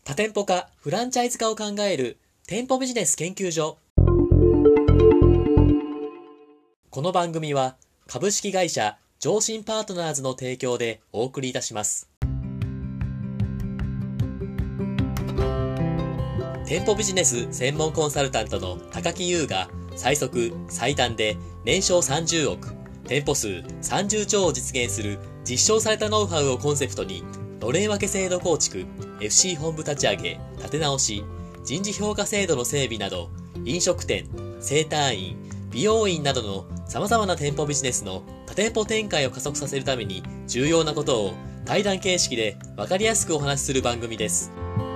多店舗化、フランチャイズ化を考える店舗ビジネス研究所。この番組は株式会社上信パートナーズの提供でお送りいたします。店舗ビジネス専門コンサルタントの高木優が最速最短で年商30億、店舗数30兆を実現する実証されたノウハウをコンセプトに、のれん分け制度構築、FC 本部立ち上げ、立て直し、人事評価制度の整備など、飲食店、整体院、美容院などの様々な店舗ビジネスの多店舗展開を加速させるために重要なことを対談形式で分かりやすくお話しする番組です。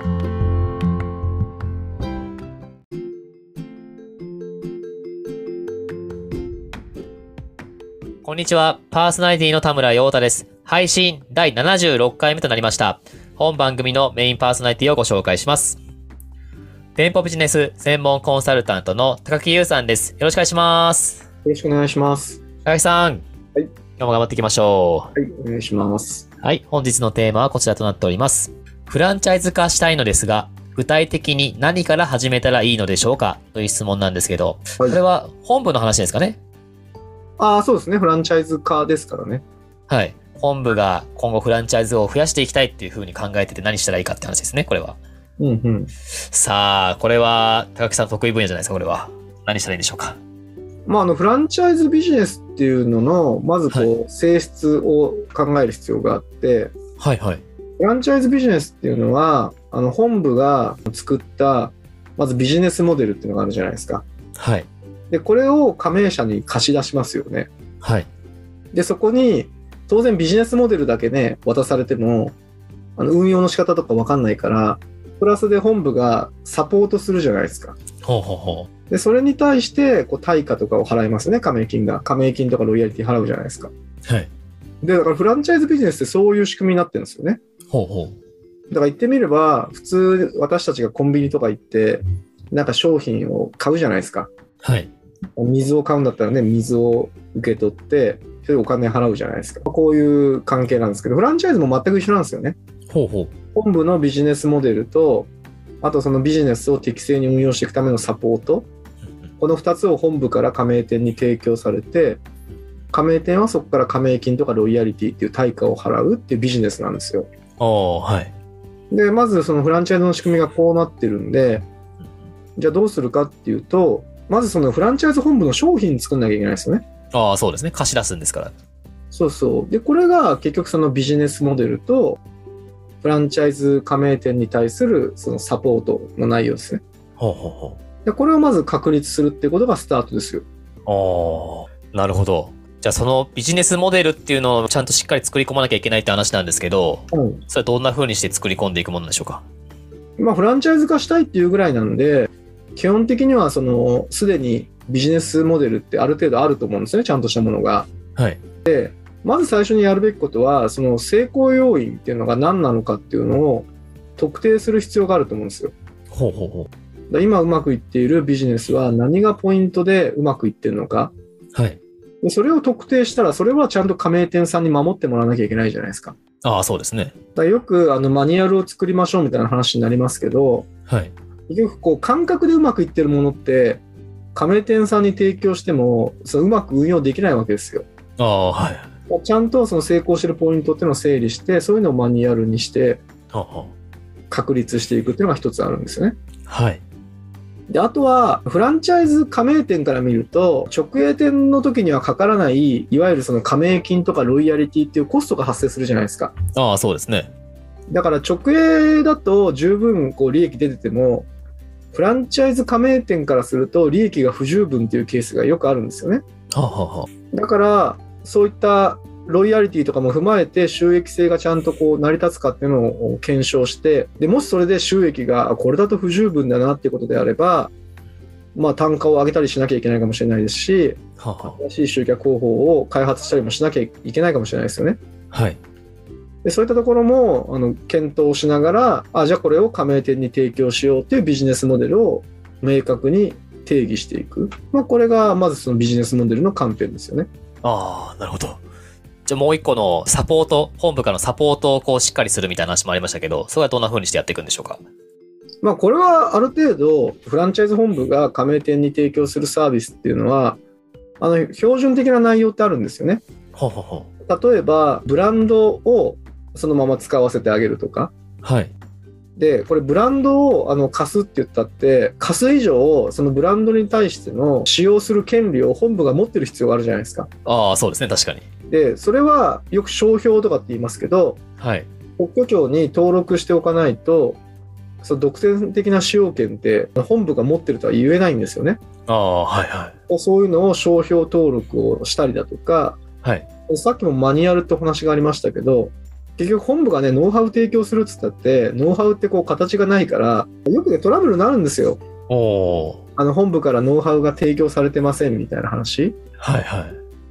こんにちは、パーソナリティの田村陽太です。配信第76回目となりました。本番組のメインパーソナリティをご紹介します。店舗ビジネス専門コンサルタントの高木優さんです。よろしくお願いします。 よろしくお願いします。 高木さん。 はい。 今日も頑張っていきましょう。はい、お願いします。 はい。本日のテーマはこちらとなっております。フランチャイズ化したいのですが、具体的に何から始めたらいいのでしょうかという質問なんですけど、これは本部の話ですかね。 そうですね。フランチャイズ化ですからね。 はい。本部が今後フランチャイズを増やしていきたいっていうふうに考えてて何したらいいかって話ですね、これは。 うんうん。 さあ、これは高木さん得意分野じゃないですか、これは。何したらいいんでしょうか。 フランチャイズビジネスっていうのの、まず性質を考える必要があって、 はいはい。 フランチャイズビジネスっていうのは、本部が作った、まずビジネスモデルっていうのがあるじゃないですか。 はい。 で、これを加盟者に貸し出しますよね。 はい。 で、そこに、当然ビジネスモデルだけね、渡されても、運用の仕方とかわかんないから、プラスで本部がサポートするじゃないですか。 ほうほうほう。で、それに対して、対価とかを払いますね、加盟金が。加盟金とかロイヤリティ払うじゃないですか。 はい。 で、だからフランチャイズビジネスってそういう仕組みになってるんですよね。 ほうほう。 だから言ってみれば、普通私たちがコンビニとか行って、なんか商品を買うじゃないですか。 はい。 水を買うんだったらね、水を受け取って、それでお金払うじゃないですか。こういう関係なんですけど、フランチャイズも全く一緒なんですよね。 ほうほう。 本部のビジネスモデルと、あとそのビジネスを適正に運用していくためのサポート、この2つを本部から加盟店に提供されて、加盟店はそこから加盟金とかロイヤリティっていう対価を払うっていうビジネスなんですよ。 はい。 で、まずそのフランチャイズの仕組みがこうなってるんで、じゃあどうするかっていうと、まずそのフランチャイズ本部の商品作んなきゃいけないですよね。 そうですね。貸し出すんですから。 そうそう。で、これが結局そのビジネスモデルと、フランチャイズ加盟店に対するそのサポートの内容ですね。 ほうほうほう。で、これをまず確立するっていうことがスタートですよ。 なるほど。じゃあそのビジネスモデルっていうのをちゃんとしっかり作り込まなきゃいけないって話なんですけど、それはどんな風にして作り込んでいくものなんでしょうか。 フランチャイズ化したいっていうぐらいなんで、基本的にはそのすでにビジネスモデルってある程度あると思うんですね、ちゃんとしたものが。 はい。 で、まず最初にやるべきことは、その成功要因っていうのが何なのかっていうのを特定する必要があると思うんですよ。 ほうほうほう。今うまくいっているビジネスは何がポイントでうまくいってるのか。 はい。 でそれを特定したら、それはちゃんと加盟店さんに守ってもらわなきゃいけないじゃないですか。 そうですね。 よくマニュアルを作りましょうみたいな話になりますけど、 はい。 結局感覚でうまくいってるものって加盟店さんに提供してもうまく運用できないわけですよ。 はい。 ちゃんとその成功してるポイントっていうのを整理して、そういうのをマニュアルにして確立していくっていうのが一つあるんですよね。 はい。 で、あとはフランチャイズ加盟店から見ると、直営店の時にはかからないいわゆるその加盟金とかロイヤリティっていうコストが発生するじゃないですか。 そうですね。 だから直営だと十分利益出てても、フランチャイズ加盟店からすると利益が不十分っていうケースがよくあるんですよね。だからそういったロイヤリティとかも踏まえて収益性がちゃんと成り立つかっていうのを検証して、でもしそれで収益がこれだと不十分だなっていうことであれば、単価を上げたりしなきゃいけないかもしれないですし、新しい集客方法を開発したりもしなきゃいけないかもしれないですよね。 はい。 でそういったところも検討しながら、じゃあこれを加盟店に提供しようというビジネスモデルを明確に定義していく。これがまずそのビジネスモデルの観点ですよね。 なるほど。じゃあもう一個のサポート、本部からのサポートをしっかりするみたいな話もありましたけど、それはどんな風にしてやっていくんでしょうか。 これはある程度フランチャイズ本部が加盟店に提供するサービスっていうのは標準的な内容ってあるんですよね。例えばブランドをそのまま使わせてあげるとか、 はい、 でこれブランドを貸すって言ったって貸す以上そのブランドに対しての使用する権利を本部が持ってる必要があるじゃないですか。 ああ、そうですね、確かに。 でそれはよく商標とかって言いますけど、 はい、 特許庁に登録しておかないとその独占的な使用権って本部が持ってるとは言えないんですよね。 はいはい、 そういうのを商標登録をしたりだとか、 はい、 さっきもマニュアルってお話がありましたけど、結局本部がねノウハウ提供するっつったってノウハウってこう形がないからよくねトラブルになるんですよ。本部からノウハウが提供されてませんみたいな話、 はいはい、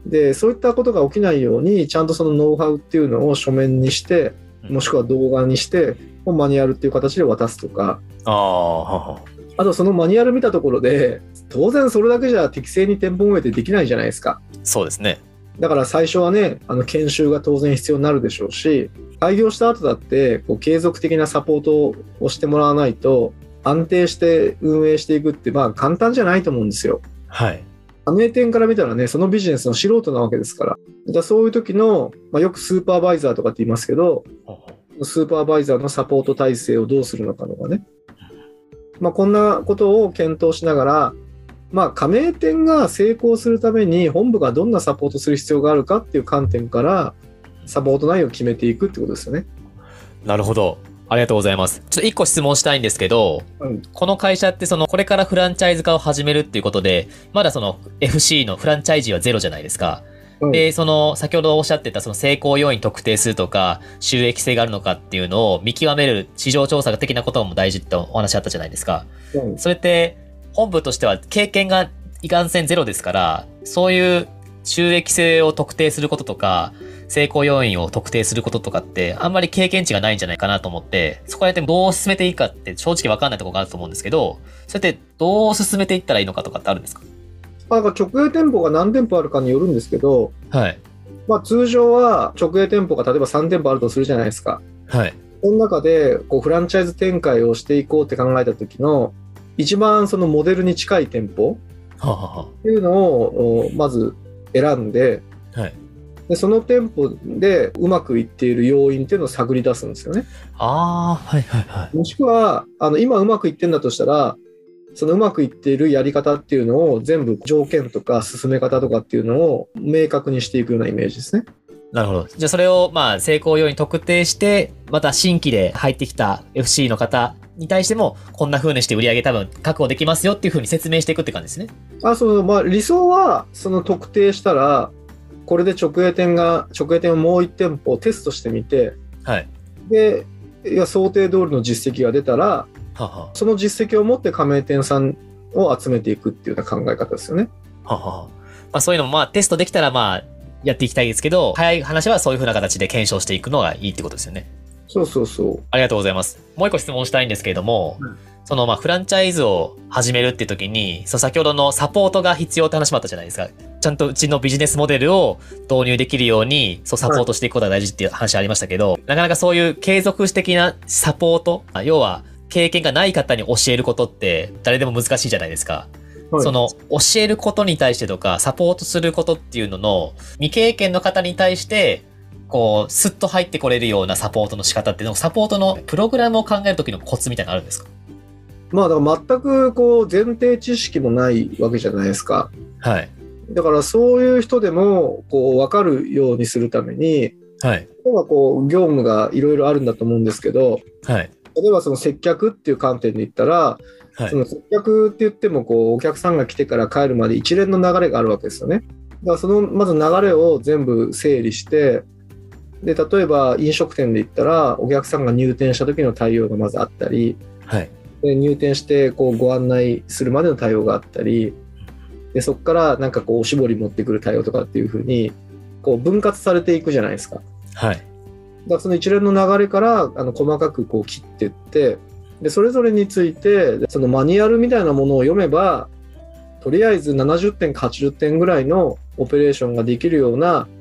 でそういったことが起きないようにちゃんとそのノウハウっていうのを書面にしてもしくは動画にしてマニュアルっていう形で渡すとか、あとそのマニュアル見たところで当然それだけじゃ適正に店舗運営ってできないじゃないですか。 そうですね。 だから最初はね研修が当然必要になるでしょうし、開業した後だってこう継続的なサポートをしてもらわないと安定して運営していくって簡単じゃないと思うんですよ。 はい。 加盟店から見たらねそのビジネスの素人なわけですから、じゃあそういう時の、よくスーパーバイザーとかって言いますけど、スーパーバイザーのサポート体制をどうするのかとかね、こんなことを検討しながら、加盟店が成功するために本部がどんなサポートする必要があるかっていう観点からサポート内容を決めていくってことですよね。 なるほど。ありがとうございます。ちょっと一個質問したいんですけど、この会社ってこれからフランチャイズ化を始めるっていうことで、まだFC のフランチャイジーはゼロじゃないですか。で、先ほどおっしゃってた成功要因特定するとか、収益性があるのかっていうのを見極める市場調査的なことも大事ってお話あったじゃないですか。それって、本部としては経験がいかんせんゼロですから、そういう収益性を特定することとか、成功要因を特定することとかって、あんまり経験値がないんじゃないかなと思って、そこら辺どう進めていいかって正直わかんないところがあると思うんですけど、それってどう進めていったらいいのかとかってあるんですか？ 直営店舗が何店舗あるかによるんですけど、 はい。 通常は直営店舗が例えば3店舗あるとするじゃないですか。 はい。 その中でフランチャイズ展開をしていこうって考えた時の一番そのモデルに近い店舗っていうのをまず選んで、 はい、 でその店舗でうまくいっている要因っていうのを探り出すんですよね。 はいはいはい。 もしくは今うまくいってんだとしたらそのうまくいっているやり方っていうのを全部条件とか進め方とかっていうのを明確にしていくようなイメージですね。 なるほど。じゃあそれを成功要因特定してまた新規で入ってきた FC の方に対してもこんな風にして売り上げ多分確保できますよっていう風に説明していくって感じですね。 理想はその特定したらこれで直営店をもう1店舗テストしてみて、 はい。 で想定通りの実績が出たらその実績を持って加盟店さんを集めていくっていうような考え方ですよね。 そういうのもテストできたらやっていきたいですけど、早い話はそういう風な形で検証していくのがいいってことですよね。 そうそうそう。 ありがとうございます。もう一個質問したいんですけれども、フランチャイズを始めるって時に、先ほどのサポートが必要って話もあったじゃないですか。ちゃんとうちのビジネスモデルを導入できるように、サポートしていくことが大事っていう話ありましたけど、なかなかそういう継続的なサポート、要は経験がない方に教えることって誰でも難しいじゃないですか。教えることに対してとか、サポートすることっていうのの、未経験の方に対して、スッと入ってこれるようなサポートの仕方っていうの、サポートのプログラムを考えるときのコツみたいなのあるんですか？ だから全く前提知識もないわけじゃないですか。 はい。 だからそういう人でも分かるようにするために、 はい。 今は業務がいろいろあるんだと思うんですけど、 はい。 例えば接客っていう観点で言ったら、 はい、 その接客って言ってもお客さんが来てから帰るまで一連の流れがあるわけですよね。だからまず流れを全部整理して、で例えば飲食店で言ったらお客さんが入店した時の対応がまずあったり、 はい、 で入店してご案内するまでの対応があったり、でそこからおしぼり持ってくる対応とかっていう風に分割されていくじゃないですか。 はい。 だからその一連の流れから細かく切っていって、でそれぞれについてそのマニュアルみたいなものを読めばとりあえず70点か80点ぐらいのオペレーションができるような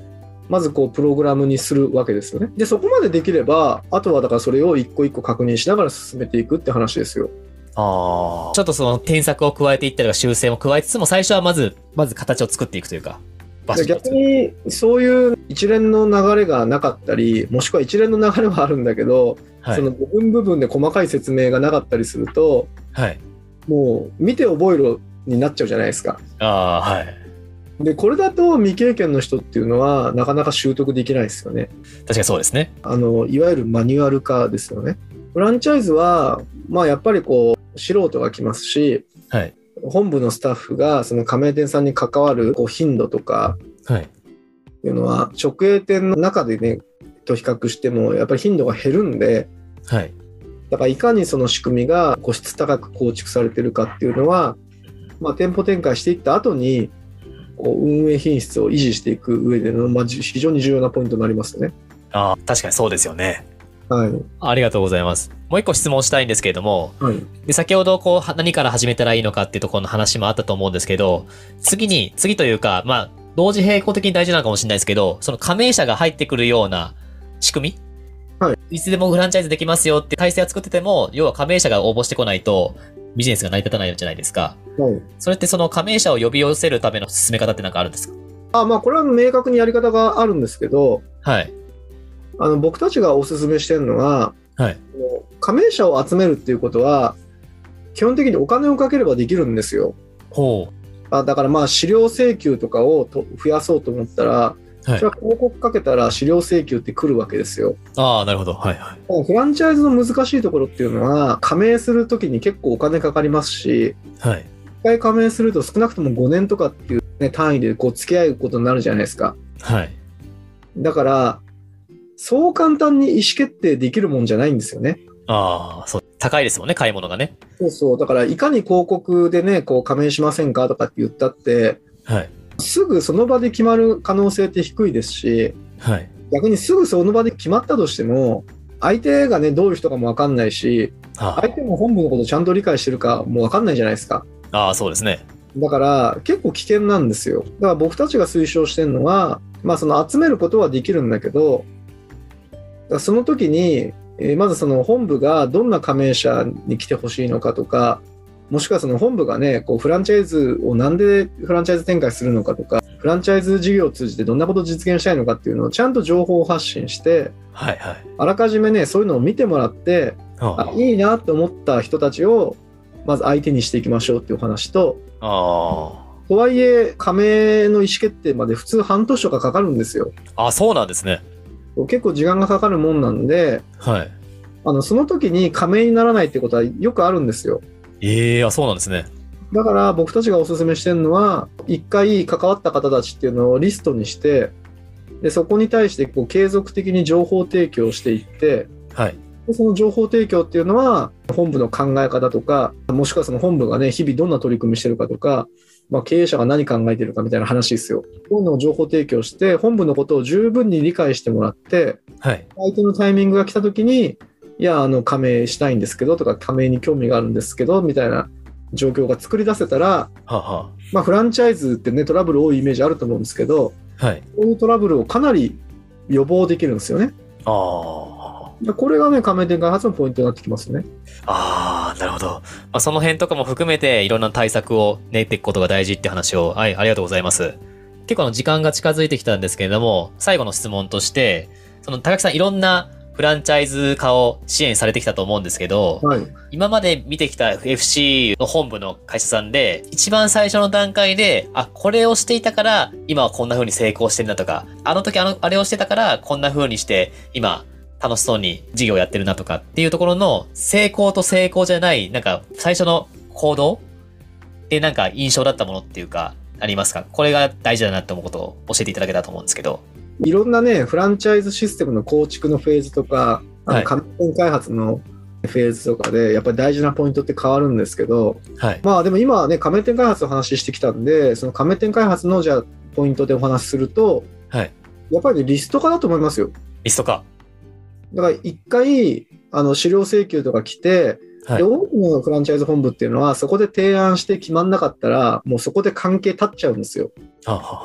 まずこうプログラムにするわけですよね。でそこまでできればあとはだからそれを一個一個確認しながら進めていくって話ですよ。 ちょっとその添削を加えていったりとか修正も加えつつも最初はまず形を作っていくというか。 逆にそういう一連の流れがなかったり、もしくは一連の流れはあるんだけど、その部分部分で細かい説明がなかったりすると、もう見て覚えろになっちゃうじゃないですか。でこれだと未経験の人っていうのはなかなか習得できないですよね。 確かにそうですね。 いわゆるマニュアル化ですよね。フランチャイズは、やっぱりこう素人が来ますし、本部のスタッフがその加盟店さんに関わるこう頻度とかっていうのは直営店の中でねと比較してもやっぱり頻度が減るんで、だからいかにその仕組みが個質高く構築されてるかっていうのは、店舗展開していった後にこう運営品質を維持していく上での、非常に重要なポイントになりますよね。 確かにそうですよね。ありがとうございます。もう一個質問したいんですけれども、で先ほどこう何から始めたらいいのかっていうところの話もあったと思うんですけど、次というか、同時並行的に大事なのかもしれないですけど、その加盟者が入ってくるような仕組み、いつでもフランチャイズできますよって体制を作ってても、要は加盟者が応募してこないとビジネスが成り立たないじゃないですか。それってその加盟者を呼び寄せるための進め方って何かあるんですか？ これは明確にやり方があるんですけど、僕たちがおすすめしてるのは、加盟者を集めるっていうことは基本的にお金をかければできるんですよ。だから資料請求とかを増やそうと思ったら、それは広告かけたら資料請求って来るわけですよ。 なるほど。 フランチャイズの難しいところっていうのは加盟するときに結構お金かかりますし、1回加盟すると少なくとも5年とかっていう、単位でこう付き合うことになるじゃないですか。だからそう簡単に意思決定できるもんじゃないんですよね。 そう高いですもんね、買い物がね。 だからいかに広告でねこう加盟しませんかとかって言ったって、すぐその場で決まる可能性って低いですし、逆にすぐその場で決まったとしても相手がねどういう人かも分かんないし、相手も本部のことちゃんと理解してるかも分かんないじゃないですか。 そうですね。 だから結構危険なんですよ。だから僕たちが推奨してるのは、その集めることはできるんだけど、その時にまずその本部がどんな加盟者に来てほしいのかとか、もしくはその本部がねこうフランチャイズをなんでフランチャイズ展開するのかとか、フランチャイズ事業を通じてどんなことを実現したいのかっていうのをちゃんと情報を発信して、あらかじめねそういうのを見てもらって、いいなと思った人たちをまず相手にしていきましょうっていうお話と、とはいえ加盟の意思決定まで普通半年とかかかるんですよ。 そうなんですね。 結構時間がかかるもんなんで、その時に加盟にならないってことはよくあるんですよ。 そうなんですね。 だから僕たちがおすすめしてるのは、一回関わった方たちっていうのをリストにして、でそこに対してこう継続的に情報提供していって、でその情報提供っていうのは本部の考え方とか、もしくはその本部がね日々どんな取り組みしてるかとか、経営者が何考えてるかみたいな話ですよ。こういうのを情報提供して本部のことを十分に理解してもらって、相手のタイミングが来た時に、いや加盟したいんですけどとか、加盟に興味があるんですけどみたいな状況が作り出せたら、フランチャイズってねトラブル多いイメージあると思うんですけど、こういうトラブルをかなり予防できるんですよね。これがね加盟店開発のポイントになってきますね。 なるほど。その辺とかも含めていろんな対策を練っていくことが大事って話を、ありがとうございます。結構時間が近づいてきたんですけれども、最後の質問として、その高木さんいろんなフランチャイズ化を支援されてきたと思うんですけど、今まで見てきた FC の本部の会社さんで、一番最初の段階で、これをしていたから、今はこんな風に成功してるなとか、あの時あれをしてたから、こんな風にして、今、楽しそうに事業やってるなとかっていうところの、成功と成功じゃない、最初の行動で印象だったものっていうか、ありますか？これが大事だなって思うことを教えていただけたらと思うんですけど。 いろんなねフランチャイズシステムの構築のフェーズとか、加盟店開発のフェーズとかでやっぱり大事なポイントって変わるんですけど、でも今はね加盟店開発の話してきたんで、その加盟店開発のじゃあポイントでお話しすると、やっぱり、ね、リスト化だと思いますよ。 リスト化だから一回資料請求とか来て、で多くのフランチャイズ本部っていうのはそこで提案して決まんなかったらもうそこで関係立っちゃうんですよ。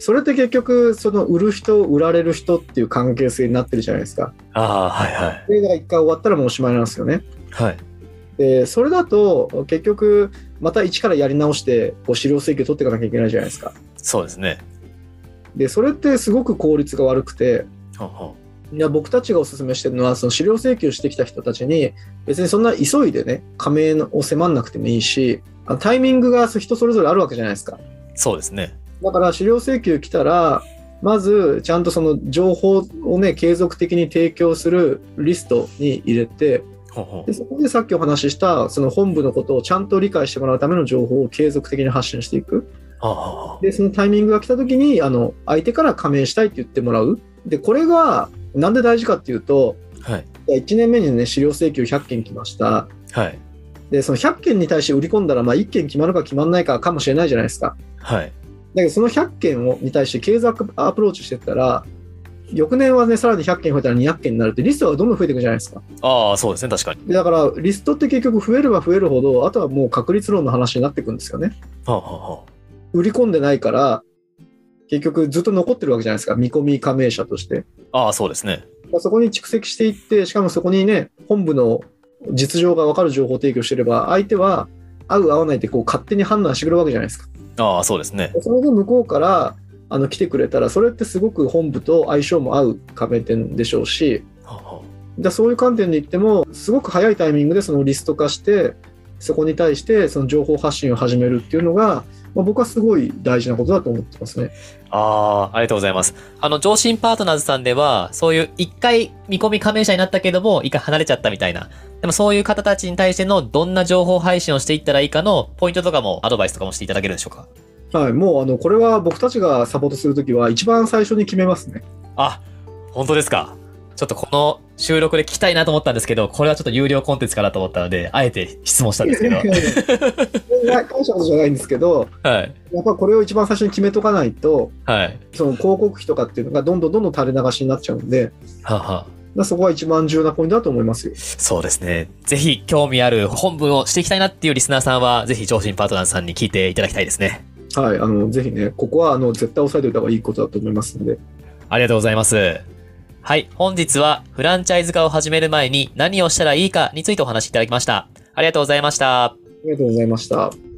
それって結局その売る人売られる人っていう関係性になってるじゃないですか。 ああ、はいはい。 でだから一回終わったらもうおしまいなんですよね。 はい。 でそれだと結局また一からやり直してこう資料請求取っていかなきゃいけないじゃないですか。 そうですね。 でそれってすごく効率が悪くて、いや僕たちがお勧めしてるのは、その資料請求してきた人たちに別にそんな急いでね加盟を迫んなくてもいいし、タイミングが人それぞれあるわけじゃないですか。 そうですね。だから資料請求来たらまずちゃんとその情報をね継続的に提供するリストに入れて、でそこでさっきお話ししたその本部のことをちゃんと理解してもらうための情報を継続的に発信していく。でそのタイミングが来た時に相手から加盟したいって言ってもらう。でこれがなんで大事かっていうと、はい、1年目にね資料請求100件来ました、はい、でその100件に対して売り込んだら1件決まるか決まらないかかもしれないじゃないですか、はい、だけどその100件に対して継続アプローチしていったら翌年はねさらに100件増えたら200件になるってリストがどんどん増えていくじゃないですか。 ああそうですね、確かに。 だからリストって結局増えれば増えるほどあとはもう確率論の話になっていくんですよね。売り込んでないから結局ずっと残ってるわけじゃないですか、見込み加盟者として。 ああそうですね。 そこに蓄積していって、しかもそこにね本部の実情が分かる情報提供してれば相手は合う合わないってこう勝手に判断してくるわけじゃないですか。 ああそうですね。 それで向こうから来てくれたらそれってすごく本部と相性も合う加盟店でしょうし、そういう観点で言ってもすごく早いタイミングでそのリスト化してそこに対してその情報発信を始めるっていうのが、僕はすごい大事なことだと思ってますね。 ありがとうございます。上信パートナーズさんでは、そういう一回見込み加盟者になったけども、一回離れちゃったみたいな。でもそういう方たちに対してのどんな情報配信をしていったらいいかのポイントとかもアドバイスとかもしていただけるんでしょうか？ はい、もうこれは僕たちがサポートするときは一番最初に決めますね。 あ、本当ですか。ちょっとこの収録で聞きたいなと思ったんですけど、これはちょっと有料コンテンツかなと思ったので、あえて質問したんですけど。 大したことじゃないんですけど、はい、やっぱこれを一番最初に決めとかないと、はい、その広告費とかっていうのがどんどん垂れ流しになっちゃうんで、そこは一番重要なポイントだと思いますよ。 そうですね。ぜひ興味ある本文をしていきたいなっていうリスナーさんは、ぜひ上信パートナーさんに聞いていただきたいですね。 はい、ぜひね、ここは絶対押さえておいた方がいいことだと思いますので。 ありがとうございます。はい、本日はフランチャイズ化を始める前に何をしたらいいかについてお話しいただきました。ありがとうございました。 ありがとうございました。